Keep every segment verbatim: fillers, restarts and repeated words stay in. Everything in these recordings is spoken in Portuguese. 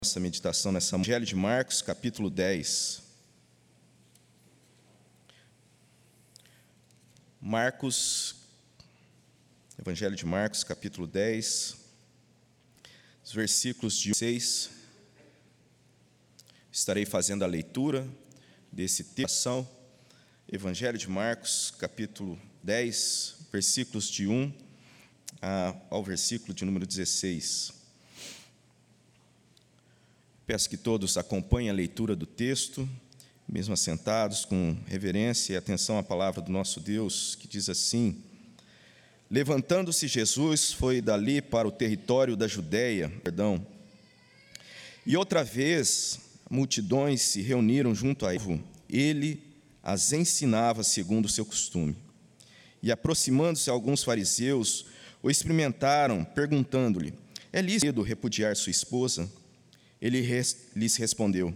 Nossa meditação nessa Evangelho de Marcos, capítulo dez. Marcos, Evangelho de Marcos, capítulo dez, os versículos de seis. Estarei fazendo a leitura desse texto. Evangelho de Marcos, capítulo dez, versículos de um ao versículo de número dezesseis. Peço que todos acompanhem a leitura do texto, mesmo assentados, com reverência e atenção à palavra do nosso Deus, que diz assim: Levantando-se Jesus, foi dali para o território da Judéia, perdão, e outra vez multidões se reuniram junto a ele. Ele as ensinava segundo o seu costume. E aproximando-se alguns fariseus, o experimentaram, perguntando-lhe: É lícito repudiar sua esposa? Ele lhes respondeu: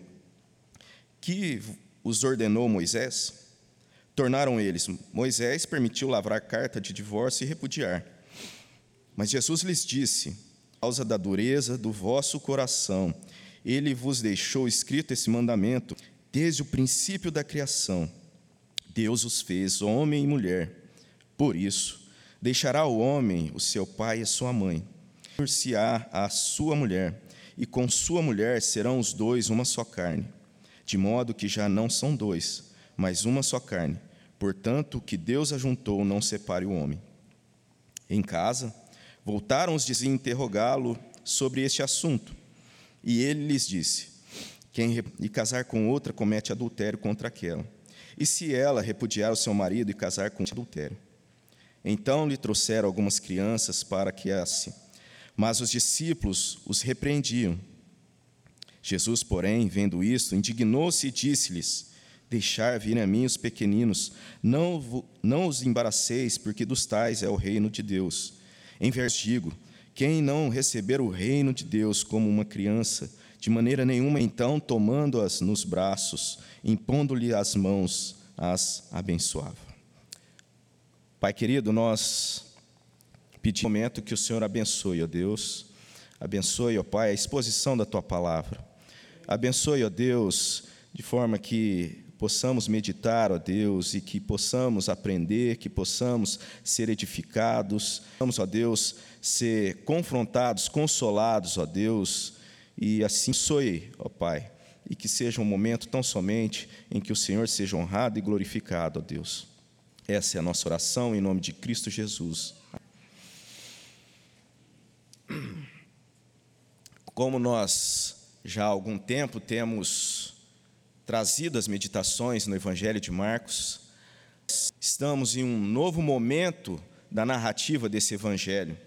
Que os ordenou Moisés? Tornaram eles: Moisés permitiu lavrar carta de divórcio e repudiar. Mas Jesus lhes disse: Por causa da dureza do vosso coração, ele vos deixou escrito esse mandamento. Desde o princípio da criação, Deus os fez homem e mulher. Por isso, deixará o homem o seu pai e a sua mãe, unir-se-á à sua mulher, e com sua mulher serão os dois uma só carne. De modo que já não são dois, mas uma só carne. Portanto, o que Deus ajuntou, não separe o homem. Em casa, voltaram os discípulos a interrogá-lo sobre este assunto. E ele lhes disse: Quem e casar com outra comete adultério contra aquela. E se ela repudiar o seu marido e casar com adultério? Então lhe trouxeram algumas crianças para que as... Mas os discípulos os repreendiam. Jesus, porém, vendo isto, indignou-se e disse-lhes: Deixar vir a mim os pequeninos, não, não os embaraceis, porque dos tais é o reino de Deus. Em verdade digo, quem não receber o reino de Deus como uma criança, de maneira nenhuma, então, tomando-as nos braços, impondo-lhe as mãos, as abençoava. Pai querido, nós pedimos no momento que o Senhor abençoe, ó Deus, abençoe, ó Pai, a exposição da Tua palavra. Abençoe, ó Deus, de forma que possamos meditar, ó Deus, e que possamos aprender, que possamos ser edificados, possamos, ó Deus, ser confrontados, consolados, ó Deus, e assim abençoe, ó Pai, e que seja um momento tão somente em que o Senhor seja honrado e glorificado, ó Deus. Essa é a nossa oração em nome de Cristo Jesus. Como nós já há algum tempo temos trazido as meditações no Evangelho de Marcos, estamos em um novo momento da narrativa desse Evangelho.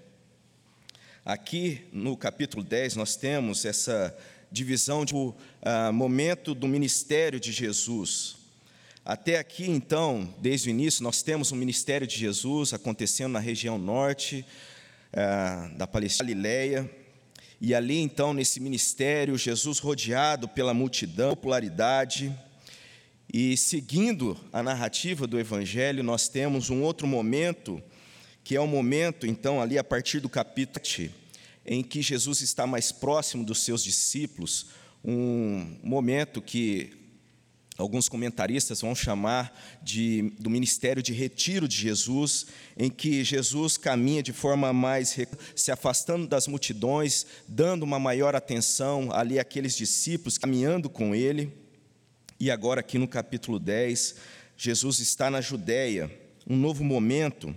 Aqui no capítulo dez nós temos essa divisão de uh, momento do ministério de Jesus. Até aqui, então, desde o início, nós temos o ministério de Jesus acontecendo na região norte uh, da Palestina, Galileia. E ali, então, nesse ministério, Jesus rodeado pela multidão, popularidade. E seguindo a narrativa do Evangelho, nós temos um outro momento, que é o momento, então, ali a partir do capítulo sete, em que Jesus está mais próximo dos seus discípulos, um momento que alguns comentaristas vão chamar de, do ministério de retiro de Jesus, em que Jesus caminha de forma mais, se afastando das multidões, dando uma maior atenção ali àqueles discípulos, caminhando com ele. E agora aqui no capítulo dez, Jesus está na Judéia, um novo momento.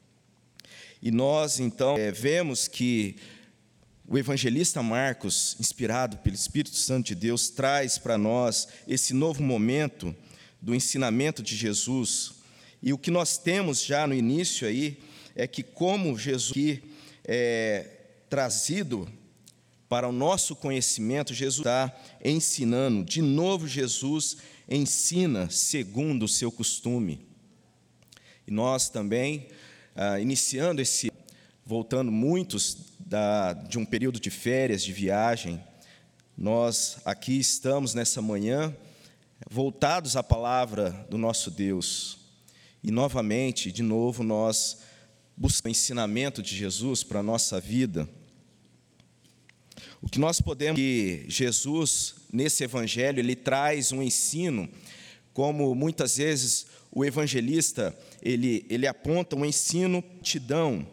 E nós, então, é, vemos que o evangelista Marcos, inspirado pelo Espírito Santo de Deus, traz para nós esse novo momento do ensinamento de Jesus. E o que nós temos já no início aí é que, como Jesus aqui é trazido para o nosso conhecimento, Jesus está ensinando. De novo, Jesus ensina segundo o seu costume. E nós também, ah, iniciando esse, voltando muitos Da, de um período de férias, de viagem, nós aqui estamos nessa manhã voltados à palavra do nosso Deus. E novamente, de novo, nós buscamos o ensinamento de Jesus para a nossa vida. O que nós podemos que Jesus, nesse evangelho, ele traz um ensino, como muitas vezes o evangelista, ele, ele aponta um ensino multidão.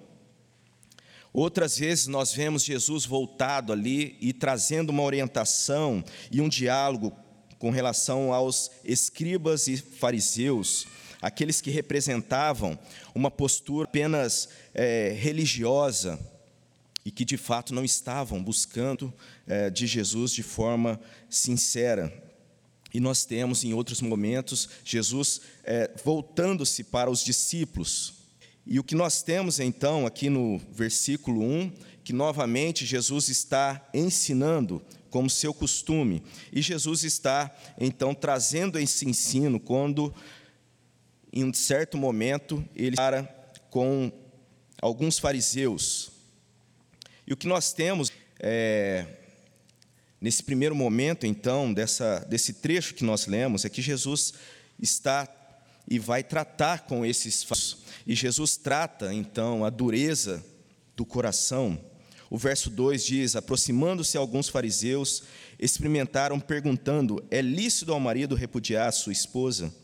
Outras vezes nós vemos Jesus voltado ali e trazendo uma orientação e um diálogo com relação aos escribas e fariseus, aqueles que representavam uma postura apenas é, religiosa e que de fato não estavam buscando é, de Jesus de forma sincera. E nós temos em outros momentos Jesus é, voltando-se para os discípulos. E o que nós temos então aqui no versículo um, que novamente Jesus está ensinando como seu costume. E Jesus está então trazendo esse ensino quando, em um certo momento, ele para com alguns fariseus. E o que nós temos é, nesse primeiro momento, então, dessa, desse trecho que nós lemos, é que Jesus está e vai tratar com esses fariseus. E Jesus trata, então, a dureza do coração. O verso dois diz: aproximando-se alguns fariseus, experimentaram perguntando: é lícito ao marido repudiar a sua esposa?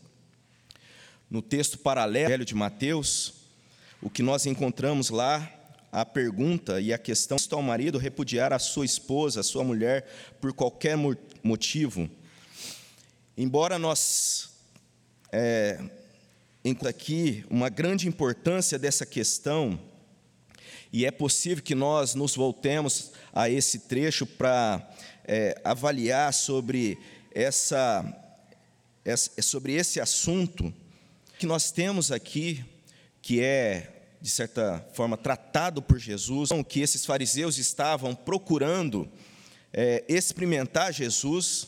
No texto paralelo de Mateus, o que nós encontramos lá, a pergunta e a questão: é lícito ao marido repudiar a sua esposa, a sua mulher, por qualquer motivo? Embora nós é, encontramos aqui uma grande importância dessa questão, e é possível que nós nos voltemos a esse trecho para é, avaliar sobre, essa, essa, sobre esse assunto que nós temos aqui, que é, de certa forma, tratado por Jesus, que esses fariseus estavam procurando é, experimentar Jesus,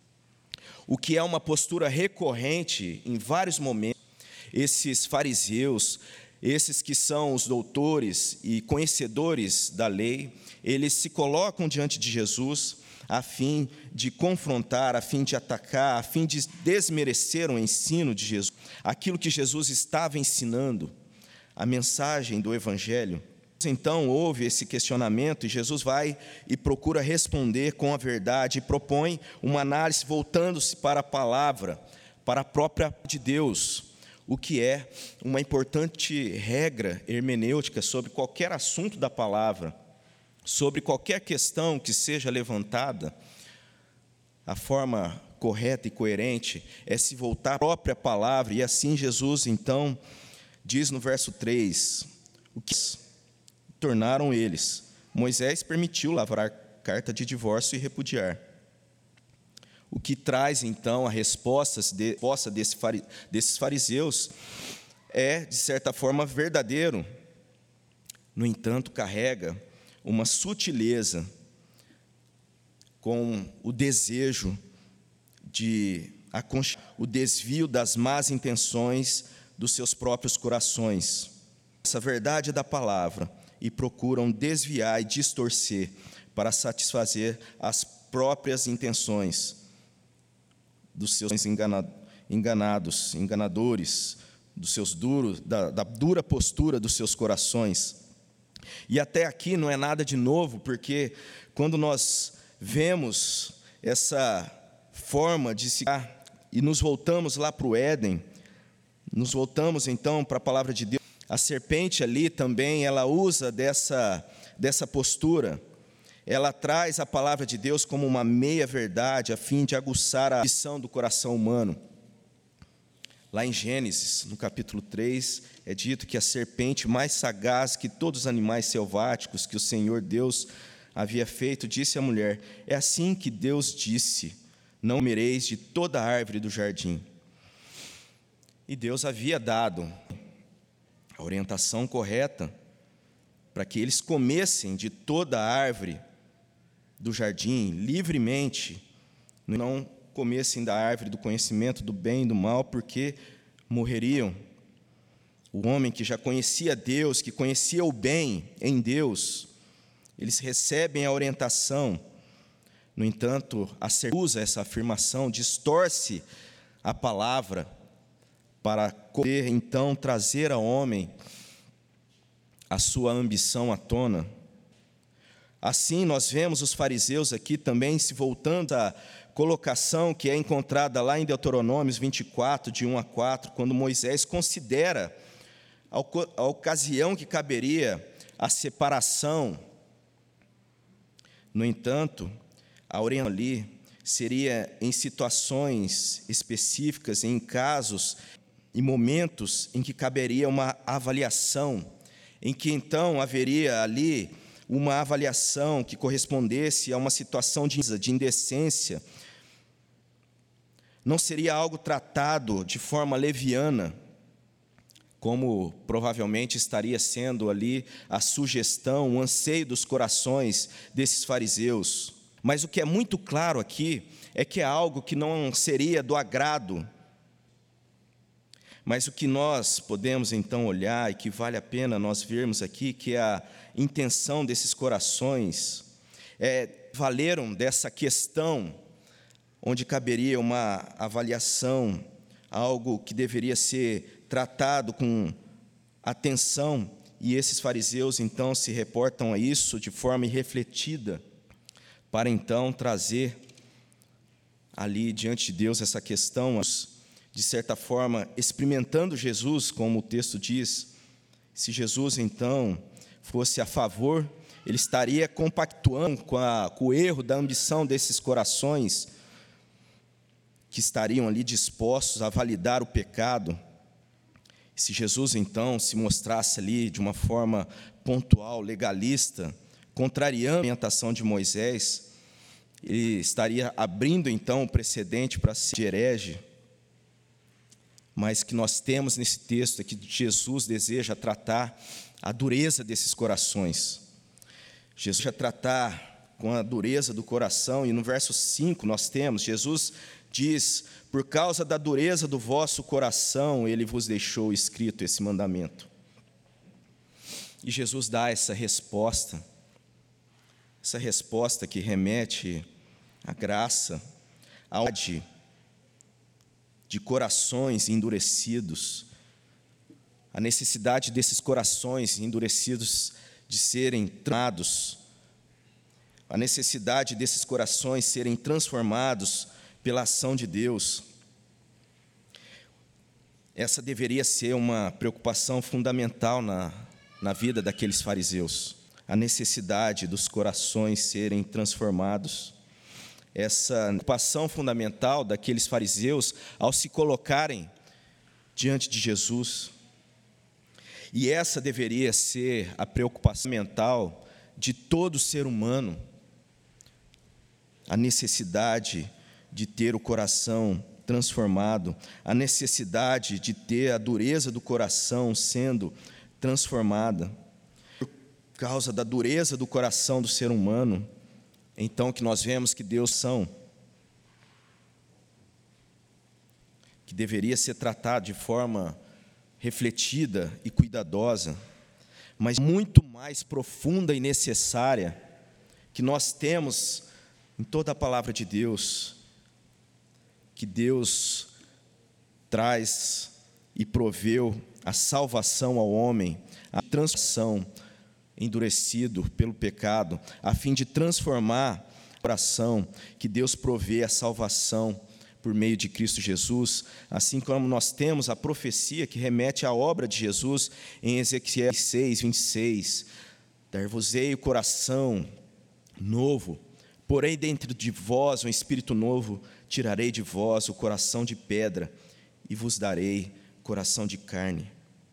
o que é uma postura recorrente em vários momentos. Esses fariseus, esses que são os doutores e conhecedores da lei, eles se colocam diante de Jesus a fim de confrontar, a fim de atacar, a fim de desmerecer o ensino de Jesus, aquilo que Jesus estava ensinando, a mensagem do Evangelho. Então houve esse questionamento e Jesus vai e procura responder com a verdade e propõe uma análise voltando-se para a palavra, para a própria de Deus, o que é uma importante regra hermenêutica sobre qualquer assunto da palavra, sobre qualquer questão que seja levantada. A forma correta e coerente é se voltar à própria palavra, e assim Jesus, então, diz no verso três, o que tornaram eles? Moisés permitiu lavrar carta de divórcio e repudiar. O que traz, então, a resposta desses fariseus é, de certa forma, verdadeiro. No entanto, carrega uma sutileza com o desejo de o desvio das más intenções dos seus próprios corações. Essa verdade da palavra e procuram desviar e distorcer para satisfazer as próprias intenções dos seus enganados, enganadores, dos seus duros, da, da dura postura dos seus corações. E até aqui não é nada de novo, porque quando nós vemos essa forma de se e nos voltamos lá para o Éden, nos voltamos então para a palavra de Deus, a serpente ali também, ela usa dessa, dessa postura. Ela traz a palavra de Deus como uma meia-verdade, a fim de aguçar a ambição do coração humano. Lá em Gênesis, no capítulo três, é dito que a serpente mais sagaz que todos os animais selváticos que o Senhor Deus havia feito, disse à mulher: é assim que Deus disse, não comereis de toda a árvore do jardim. E Deus havia dado a orientação correta para que eles comessem de toda a árvore do jardim, livremente, não comessem da árvore do conhecimento do bem e do mal, porque morreriam. O homem que já conhecia Deus, que conhecia o bem em Deus, eles recebem a orientação. No entanto, a serpente usa essa afirmação, distorce a palavra para poder, então, trazer ao homem a sua ambição à tona. Assim, nós vemos os fariseus aqui também se voltando à colocação que é encontrada lá em Deuteronômio vinte e quatro, de um a quatro, quando Moisés considera a ocasião que caberia a separação. No entanto, a orientação ali seria em situações específicas, em casos e momentos em que caberia uma avaliação, em que então haveria ali uma avaliação que correspondesse a uma situação de indecência. Não seria algo tratado de forma leviana, como provavelmente estaria sendo ali a sugestão, o anseio dos corações desses fariseus. Mas o que é muito claro aqui é que é algo que não seria do agrado. Mas o que nós podemos então olhar e que vale a pena nós vermos aqui, que é a intenção desses corações, é, valeram dessa questão, onde caberia uma avaliação, algo que deveria ser tratado com atenção, e esses fariseus então se reportam a isso de forma irrefletida, para então trazer ali diante de Deus essa questão, de certa forma, experimentando Jesus, como o texto diz. Se Jesus, então, fosse a favor, ele estaria compactuando com, a, com o erro da ambição desses corações, que estariam ali dispostos a validar o pecado. Se Jesus, então, se mostrasse ali de uma forma pontual, legalista, contrariando a orientação de Moisés, ele estaria abrindo, então, o precedente para ser herege. Mas que nós temos nesse texto aqui, Jesus deseja tratar a dureza desses corações. Jesus deseja tratar com a dureza do coração, e no verso cinco nós temos, Jesus diz: por causa da dureza do vosso coração, ele vos deixou escrito esse mandamento. E Jesus dá essa resposta, essa resposta que remete à graça, à ordem de corações endurecidos, a necessidade desses corações endurecidos de serem tratados, a necessidade desses corações serem transformados pela ação de Deus. Essa deveria ser uma preocupação fundamental na, na vida daqueles fariseus, a necessidade dos corações serem transformados. Essa preocupação fundamental daqueles fariseus ao se colocarem diante de Jesus. E essa deveria ser a preocupação mental de todo ser humano, a necessidade de ter o coração transformado, a necessidade de ter a dureza do coração sendo transformada. Por causa da dureza do coração do ser humano, então que nós vemos que Deus são, que deveria ser tratado de forma refletida e cuidadosa, mas muito mais profunda e necessária, que nós temos em toda a palavra de Deus, que Deus traz e proveu a salvação ao homem, a transformação endurecido pelo pecado, a fim de transformar o coração, que Deus provê a salvação por meio de Cristo Jesus, assim como nós temos a profecia que remete à obra de Jesus em Ezequiel seis, vinte e seis, dar-vos-ei o coração novo, porém dentro de vós um espírito novo, tirarei de vós o coração de pedra e vos darei coração de carne.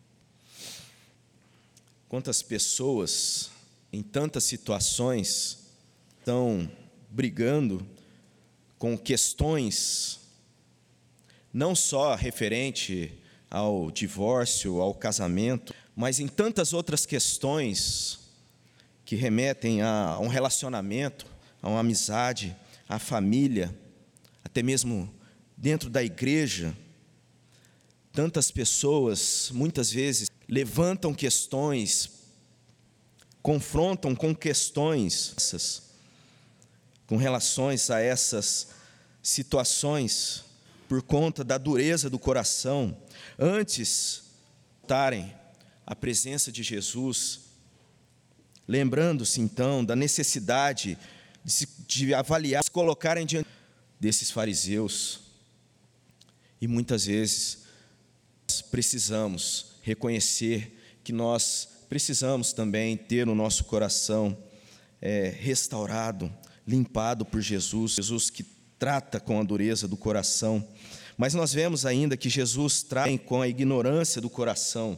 Quantas pessoas, em tantas situações, estão brigando com questões não só referente ao divórcio, ao casamento, mas em tantas outras questões que remetem a um relacionamento, a uma amizade, à família, até mesmo dentro da igreja. Tantas pessoas, muitas vezes, levantam questões, confrontam com questões com relações a essas situações, por conta da dureza do coração, antes de estarem à presença de Jesus, lembrando-se então da necessidade de, se, de avaliar, se colocarem diante desses fariseus. E muitas vezes nós precisamos reconhecer que nós precisamos também ter o nosso coração é, restaurado, limpado por Jesus, Jesus que trata com a dureza do coração. Mas nós vemos ainda que Jesus trata com a ignorância do coração.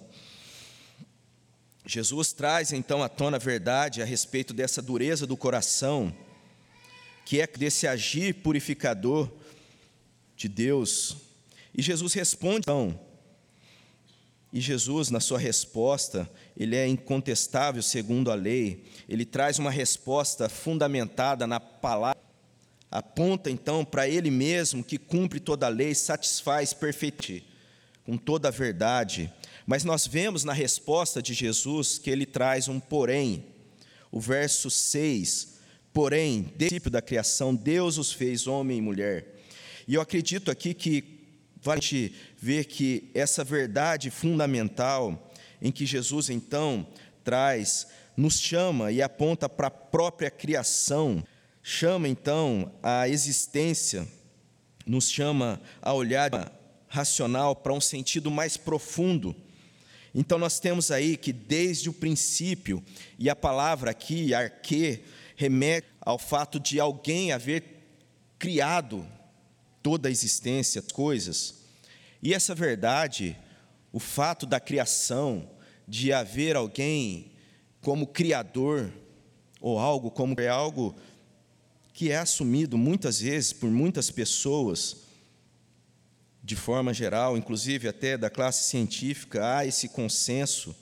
Jesus traz então à tona a verdade a respeito dessa dureza do coração, que é desse agir purificador de Deus. E Jesus responde então, e Jesus, na sua resposta, ele é incontestável segundo a lei, ele traz uma resposta fundamentada na palavra, aponta então para ele mesmo que cumpre toda a lei, satisfaz perfeitamente, com toda a verdade. Mas nós vemos na resposta de Jesus que ele traz um porém. O verso seis, porém, desde o princípio da criação, Deus os fez homem e mulher. E eu acredito aqui que vale a gente ver que essa verdade fundamental em que Jesus então traz, nos chama e aponta para a própria criação, chama então a existência, nos chama a olhar racional para um sentido mais profundo. Então nós temos aí que desde o princípio, e a palavra aqui, arquê, remete ao fato de alguém haver criado toda a existência, as coisas. E essa verdade, o fato da criação, de haver alguém como criador, ou algo como é algo que é assumido muitas vezes por muitas pessoas, de forma geral, inclusive até da classe científica, há esse consenso.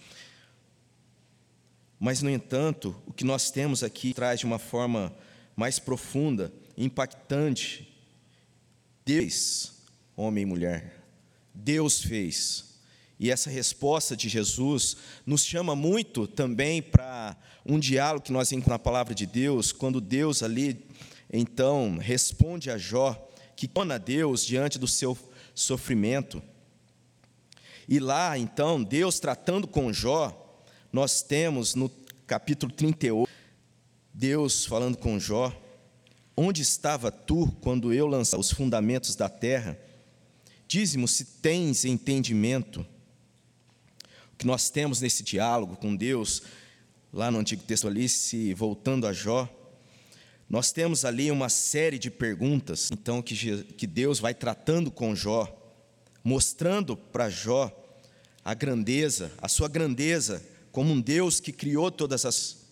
Mas, no entanto, o que nós temos aqui traz de uma forma mais profunda, impactante. Deus, homem e mulher, Deus fez. E essa resposta de Jesus nos chama muito também para um diálogo que nós encontramos na palavra de Deus, quando Deus ali, então, responde a Jó, que questiona Deus diante do seu sofrimento. E lá, então, Deus tratando com Jó, nós temos no capítulo trinta e oito, Deus falando com Jó: onde estava tu quando eu lançava os fundamentos da terra? Dize-me se tens entendimento. O que nós temos nesse diálogo com Deus, lá no Antigo Testamento, ali, se voltando a Jó, nós temos ali uma série de perguntas, então, que, que Deus vai tratando com Jó, mostrando para Jó a grandeza, a sua grandeza, como um Deus que criou todas as...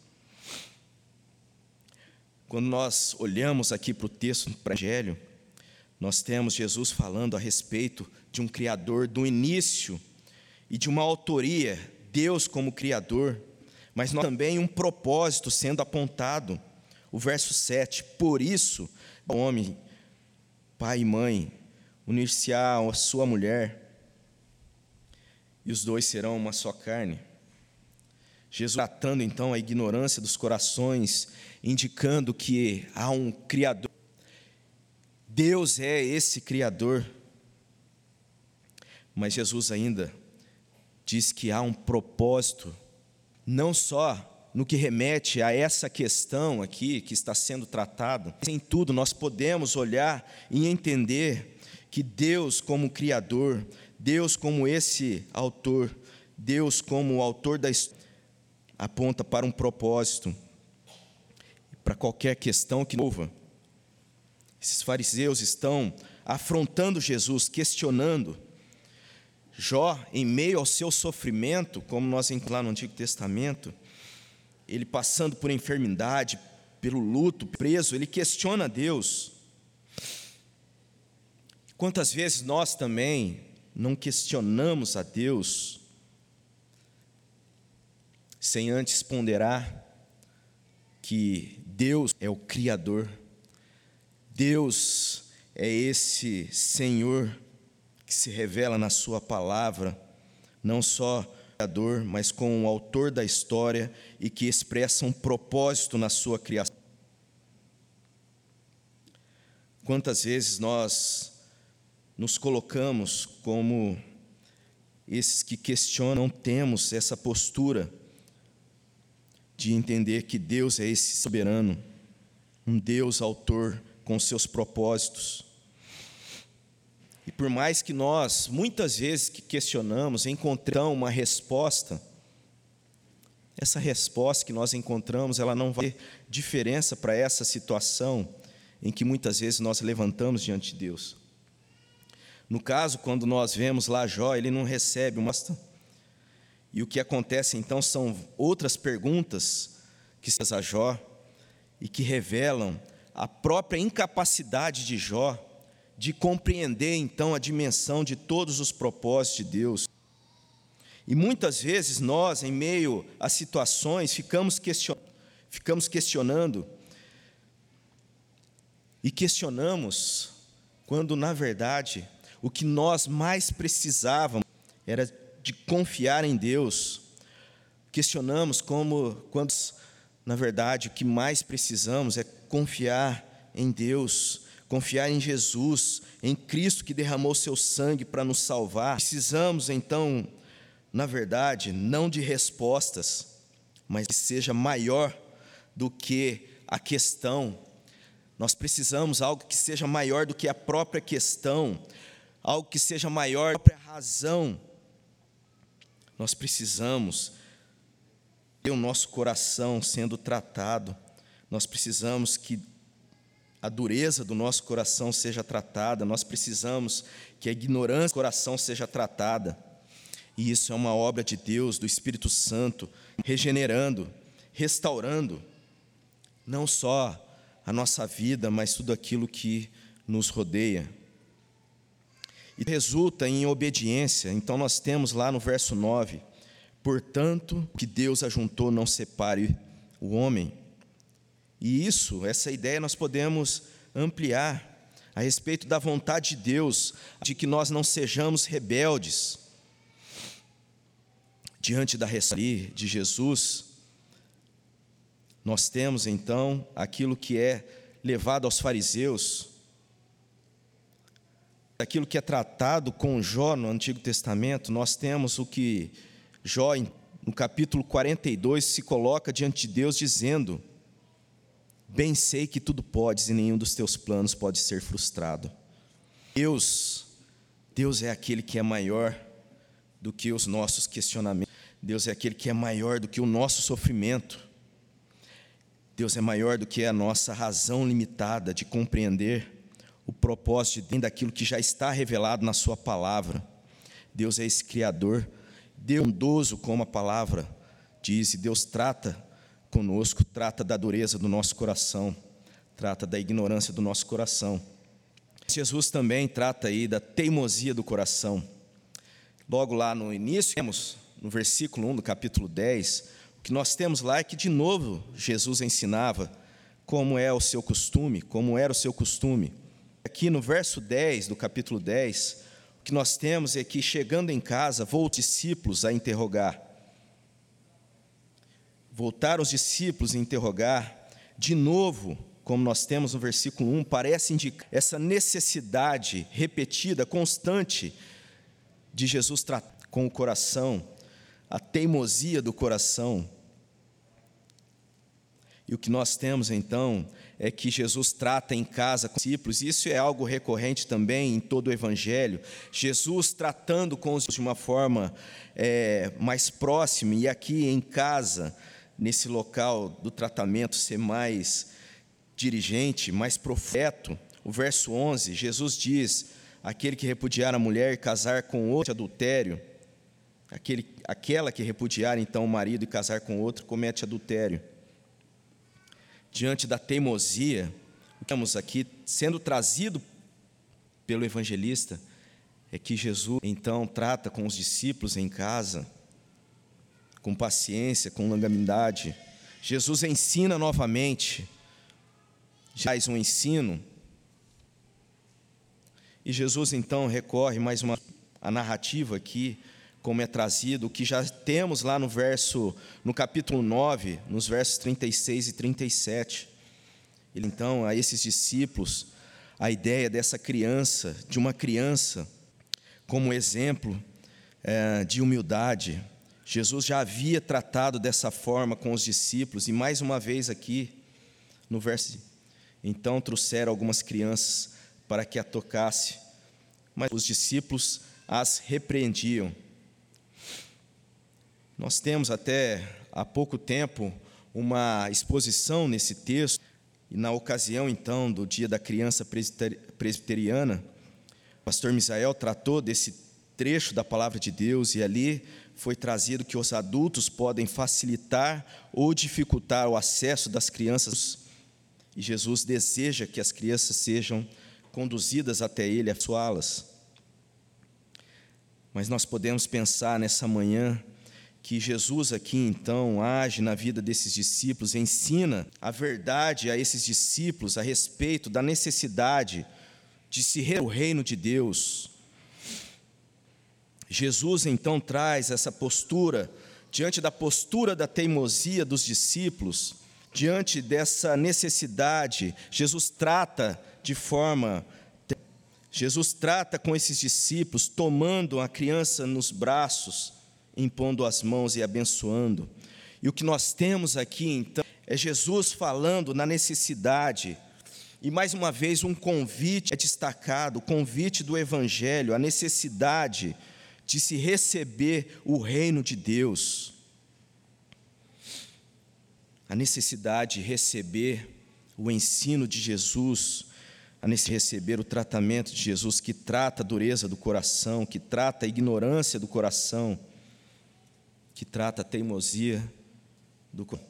Quando nós olhamos aqui para o texto do Evangelho, nós temos Jesus falando a respeito de um Criador do início e de uma autoria, Deus como Criador, mas nós também um propósito sendo apontado. O verso sete, por isso, o homem, pai e mãe, unir-se-á a sua mulher, e os dois serão uma só carne. Jesus tratando então a ignorância dos corações, indicando que há um Criador. Deus é esse Criador. Mas Jesus ainda diz que há um propósito, não só no que remete a essa questão aqui que está sendo tratada. Em tudo nós podemos olhar e entender que Deus como Criador, Deus como esse autor, Deus como o autor da história, aponta para um propósito, para qualquer questão que mova. Esses fariseus estão afrontando Jesus, questionando. Jó, em meio ao seu sofrimento, como nós encontramos lá no Antigo Testamento, ele passando por enfermidade, pelo luto, preso, ele questiona Deus. Quantas vezes nós também não questionamos a Deus, sem antes ponderar que Deus é o Criador, Deus é esse Senhor que se revela na sua palavra, não só Criador, mas como o autor da história e que expressa um propósito na sua criação. Quantas vezes nós nos colocamos como esses que questionam, não temos essa postura de entender que Deus é esse soberano, um Deus autor com seus propósitos. E por mais que nós, muitas vezes que questionamos, encontramos uma resposta, essa resposta que nós encontramos, ela não vai ter diferença para essa situação em que muitas vezes nós levantamos diante de Deus. No caso, quando nós vemos lá Jó, ele não recebe uma resposta. E o que acontece então são outras perguntas que se faz a Jó e que revelam a própria incapacidade de Jó de compreender então a dimensão de todos os propósitos de Deus. E muitas vezes nós, em meio a situações, ficamos questionando, ficamos questionando e questionamos quando, na verdade, o que nós mais precisávamos era de confiar em Deus. Questionamos como, quando, na verdade, o que mais precisamos é confiar em Deus, confiar em Jesus, em Cristo que derramou seu sangue para nos salvar. Precisamos, então, na verdade, não de respostas, mas que seja maior do que a questão. Nós precisamos de algo que seja maior do que a própria questão, algo que seja maior do que a própria razão. Nós precisamos ter o nosso coração sendo tratado, nós precisamos que a dureza do nosso coração seja tratada, nós precisamos que a ignorância do coração seja tratada. E isso é uma obra de Deus, do Espírito Santo, regenerando, restaurando, não só a nossa vida, mas tudo aquilo que nos rodeia. E resulta em obediência. Então nós temos lá no verso nove, portanto, que Deus ajuntou, não separe o homem. E isso, essa ideia nós podemos ampliar a respeito da vontade de Deus, de que nós não sejamos rebeldes diante da resposta de Jesus. Nós temos então aquilo que é levado aos fariseus, aquilo que é tratado com Jó no Antigo Testamento. Nós temos o que Jó, no capítulo quarenta e dois, se coloca diante de Deus dizendo: bem sei que tudo podes e nenhum dos teus planos pode ser frustrado. Deus, Deus é aquele que é maior do que os nossos questionamentos. Deus é aquele que é maior do que o nosso sofrimento. Deus é maior do que a nossa razão limitada de compreender o propósito de Deus, daquilo que já está revelado na sua palavra. Deus é esse Criador, Deus é bondoso, como a palavra diz, e Deus trata conosco, trata da dureza do nosso coração, trata da ignorância do nosso coração. Jesus também trata aí da teimosia do coração. Logo lá no início, temos no versículo um do capítulo dez, o que nós temos lá é que de novo Jesus ensinava como é o seu costume, como era o seu costume. Aqui no verso dez do capítulo dez, o que nós temos é que, chegando em casa, voltaram os discípulos a interrogar. Voltaram os discípulos a interrogar, de novo, como nós temos no versículo um, parece indicar essa necessidade repetida, constante, de Jesus tratar com o coração, a teimosia do coração. E o que nós temos então é que Jesus trata em casa com os discípulos, e isso é algo recorrente também em todo o Evangelho, Jesus tratando com os de uma forma é, mais próxima, e aqui em casa, nesse local do tratamento, ser mais dirigente, mais profeto. O verso onze, Jesus diz: aquele que repudiar a mulher e casar com outro, adultério. Aquele, aquela que repudiar então o marido e casar com outro, comete adultério. Diante da teimosia, o que temos aqui sendo trazido pelo evangelista é que Jesus então trata com os discípulos em casa, com paciência, com longanimidade. Jesus ensina novamente, faz um ensino, e Jesus então recorre mais uma a narrativa aqui, como é trazido, o que já temos lá no verso, no capítulo nove, nos versos trinta e seis e trinta e sete. Ele então, a esses discípulos, a ideia dessa criança, de uma criança, como exemplo é, de humildade. Jesus já havia tratado dessa forma com os discípulos, e mais uma vez aqui, no verso, então trouxeram algumas crianças para que a tocasse, mas os discípulos as repreendiam. Nós temos até há pouco tempo uma exposição nesse texto, e na ocasião então do Dia da Criança Presbiteriana, o pastor Misael tratou desse trecho da palavra de Deus, e ali foi trazido que os adultos podem facilitar ou dificultar o acesso das crianças, e Jesus deseja que as crianças sejam conduzidas até Ele, a abençoá-las. Mas nós podemos pensar nessa manhã que Jesus aqui então age na vida desses discípulos, ensina a verdade a esses discípulos a respeito da necessidade de se reunir o reino de Deus. Jesus então traz essa postura, diante da postura da teimosia dos discípulos, diante dessa necessidade, Jesus trata de forma, Jesus trata com esses discípulos, tomando a criança nos braços, impondo as mãos e abençoando. E o que nós temos aqui então é Jesus falando na necessidade, e mais uma vez um convite é destacado, o convite do Evangelho, a necessidade de se receber o reino de Deus, a necessidade de receber o ensino de Jesus, a necessidade de receber o tratamento de Jesus, que trata a dureza do coração, que trata a ignorância do coração, que trata a teimosia do coração.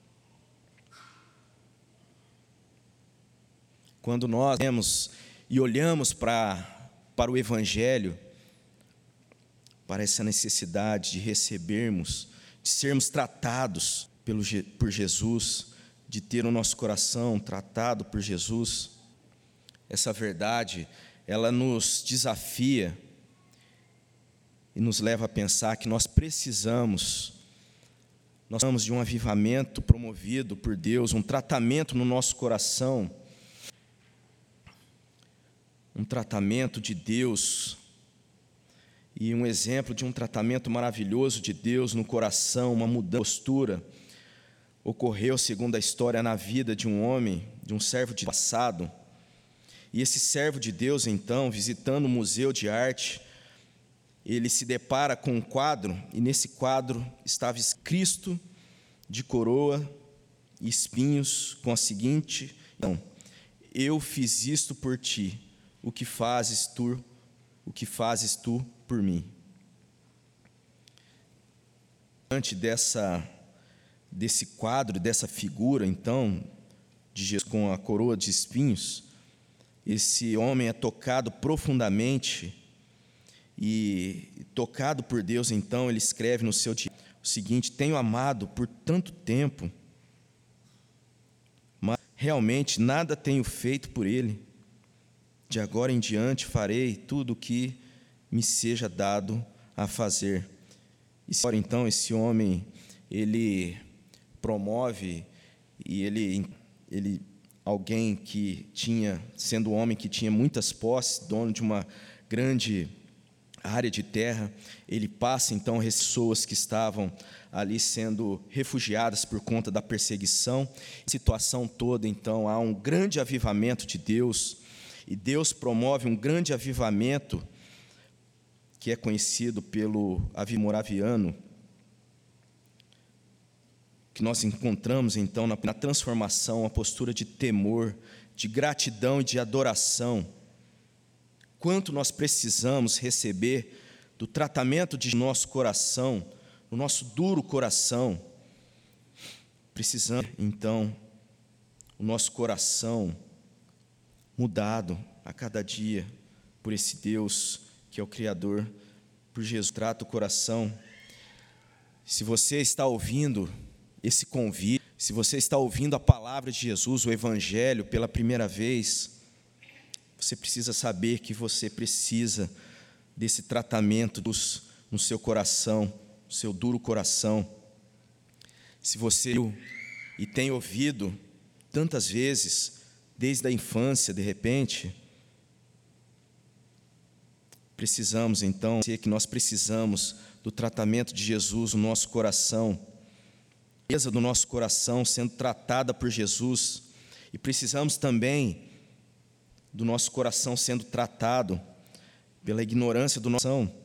Quando nós vemos e olhamos para, para o Evangelho, para essa necessidade de recebermos, de sermos tratados pelo, por Jesus, de ter o nosso coração tratado por Jesus, essa verdade, ela nos desafia e nos leva a pensar que nós precisamos, nós precisamos de um avivamento promovido por Deus, um tratamento no nosso coração, um tratamento de Deus, e um exemplo de um tratamento maravilhoso de Deus no coração, uma mudança de postura, ocorreu, segundo a história, na vida de um homem, de um servo de passado. E esse servo de Deus, então, visitando o museu de arte, ele se depara com um quadro, e nesse quadro estava Cristo de coroa e espinhos, com a seguinte: então, eu fiz isto por ti, o que fazes tu, o que fazes tu por mim. Diante dessa, desse quadro, dessa figura, então, de Jesus com a coroa de espinhos, esse homem é tocado profundamente, e tocado por Deus, então, ele escreve no seu diário o seguinte: tenho amado por tanto tempo, mas realmente nada tenho feito por ele. De agora em diante farei tudo o que me seja dado a fazer. E agora então esse homem, ele promove, e ele, ele alguém que tinha, sendo um homem que tinha muitas posses, dono de uma grande área de terra, ele passa então as pessoas que estavam ali sendo refugiadas por conta da perseguição, situação toda. Então há um grande avivamento de Deus, e Deus promove um grande avivamento, que é conhecido pelo avivamento moraviano, que nós encontramos então na, na transformação, a postura de temor, de gratidão e de adoração. Quanto nós precisamos receber do tratamento de nosso coração, no nosso duro coração. Precisamos, então, o nosso coração mudado a cada dia por esse Deus que é o Criador, por Jesus. Trata o coração. Se você está ouvindo esse convite, se você está ouvindo a palavra de Jesus, o Evangelho, pela primeira vez, você precisa saber que você precisa desse tratamento no seu coração, no seu duro coração. Se você e tem ouvido tantas vezes, desde a infância, de repente, precisamos então, que nós precisamos do tratamento de Jesus no nosso coração, a beleza do nosso coração sendo tratada por Jesus, e precisamos também do nosso coração sendo tratado pela ignorância do nosso coração,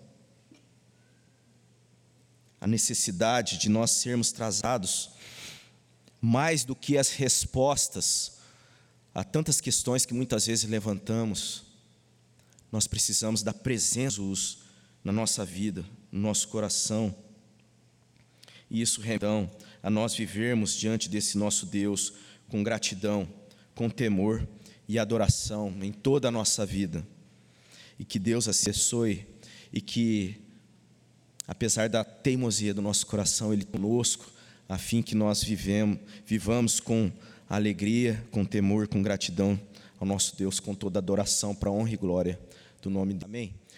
a necessidade de nós sermos tratados mais do que as respostas a tantas questões que muitas vezes levantamos. Nós precisamos da presença de Jesus na nossa vida, no nosso coração. E isso, então, a nós vivermos diante desse nosso Deus com gratidão, com temor e adoração em toda a nossa vida. E que Deus assim abençoe, e que, apesar da teimosia do nosso coração, Ele conosco, a fim que nós vivemos, vivamos com alegria, com temor, com gratidão ao nosso Deus, com toda adoração para a honra e glória do nome dele. Amém.